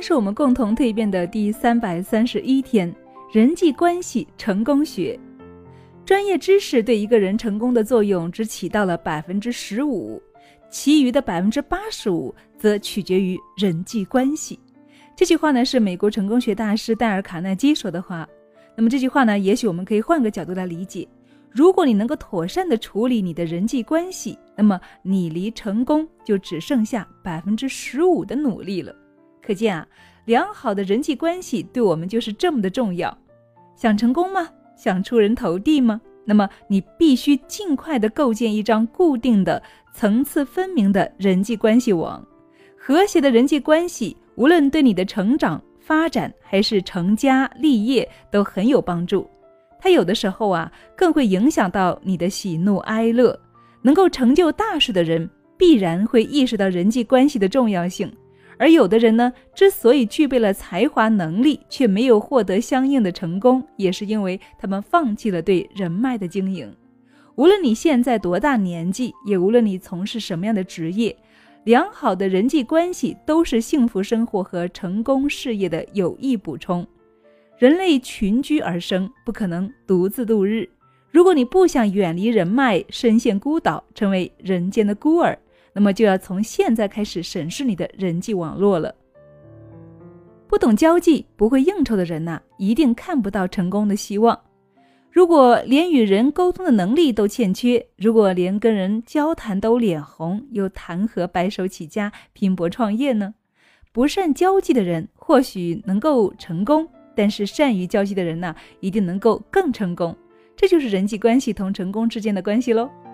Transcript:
是我们共同蜕变的第331天，人际关系成功学。专业知识对一个人成功的作用只起到了 15%， 其余的 85% 则取决于人际关系。这句话呢，是美国成功学大师戴尔·卡耐基说的话。那么这句话呢，也许我们可以换个角度来理解，如果你能够妥善地处理你的人际关系，那么你离成功就只剩下 15% 的努力了。可见啊，良好的人际关系对我们就是这么的重要。想成功吗？想出人头地吗？那么你必须尽快地构建一张固定的、层次分明的人际关系网。和谐的人际关系，无论对你的成长、发展还是成家立业都很有帮助。它有的时候啊，更会影响到你的喜怒哀乐。能够成就大事的人，必然会意识到人际关系的重要性。而有的人呢，之所以具备了才华能力，却没有获得相应的成功，也是因为他们放弃了对人脉的经营。无论你现在多大年纪，也无论你从事什么样的职业，良好的人际关系都是幸福生活和成功事业的有益补充。人类群居而生，不可能独自度日。如果你不想远离人脉，深陷孤岛，成为人间的孤儿，那么就要从现在开始审视你的人际网络了。不懂交际、不会应酬的人呐，一定看不到成功的希望。如果连与人沟通的能力都欠缺，如果连跟人交谈都脸红，又谈何白手起家、拼搏创业呢？不善交际的人或许能够成功，但是善于交际的人呢，一定能够更成功。这就是人际关系同成功之间的关系咯。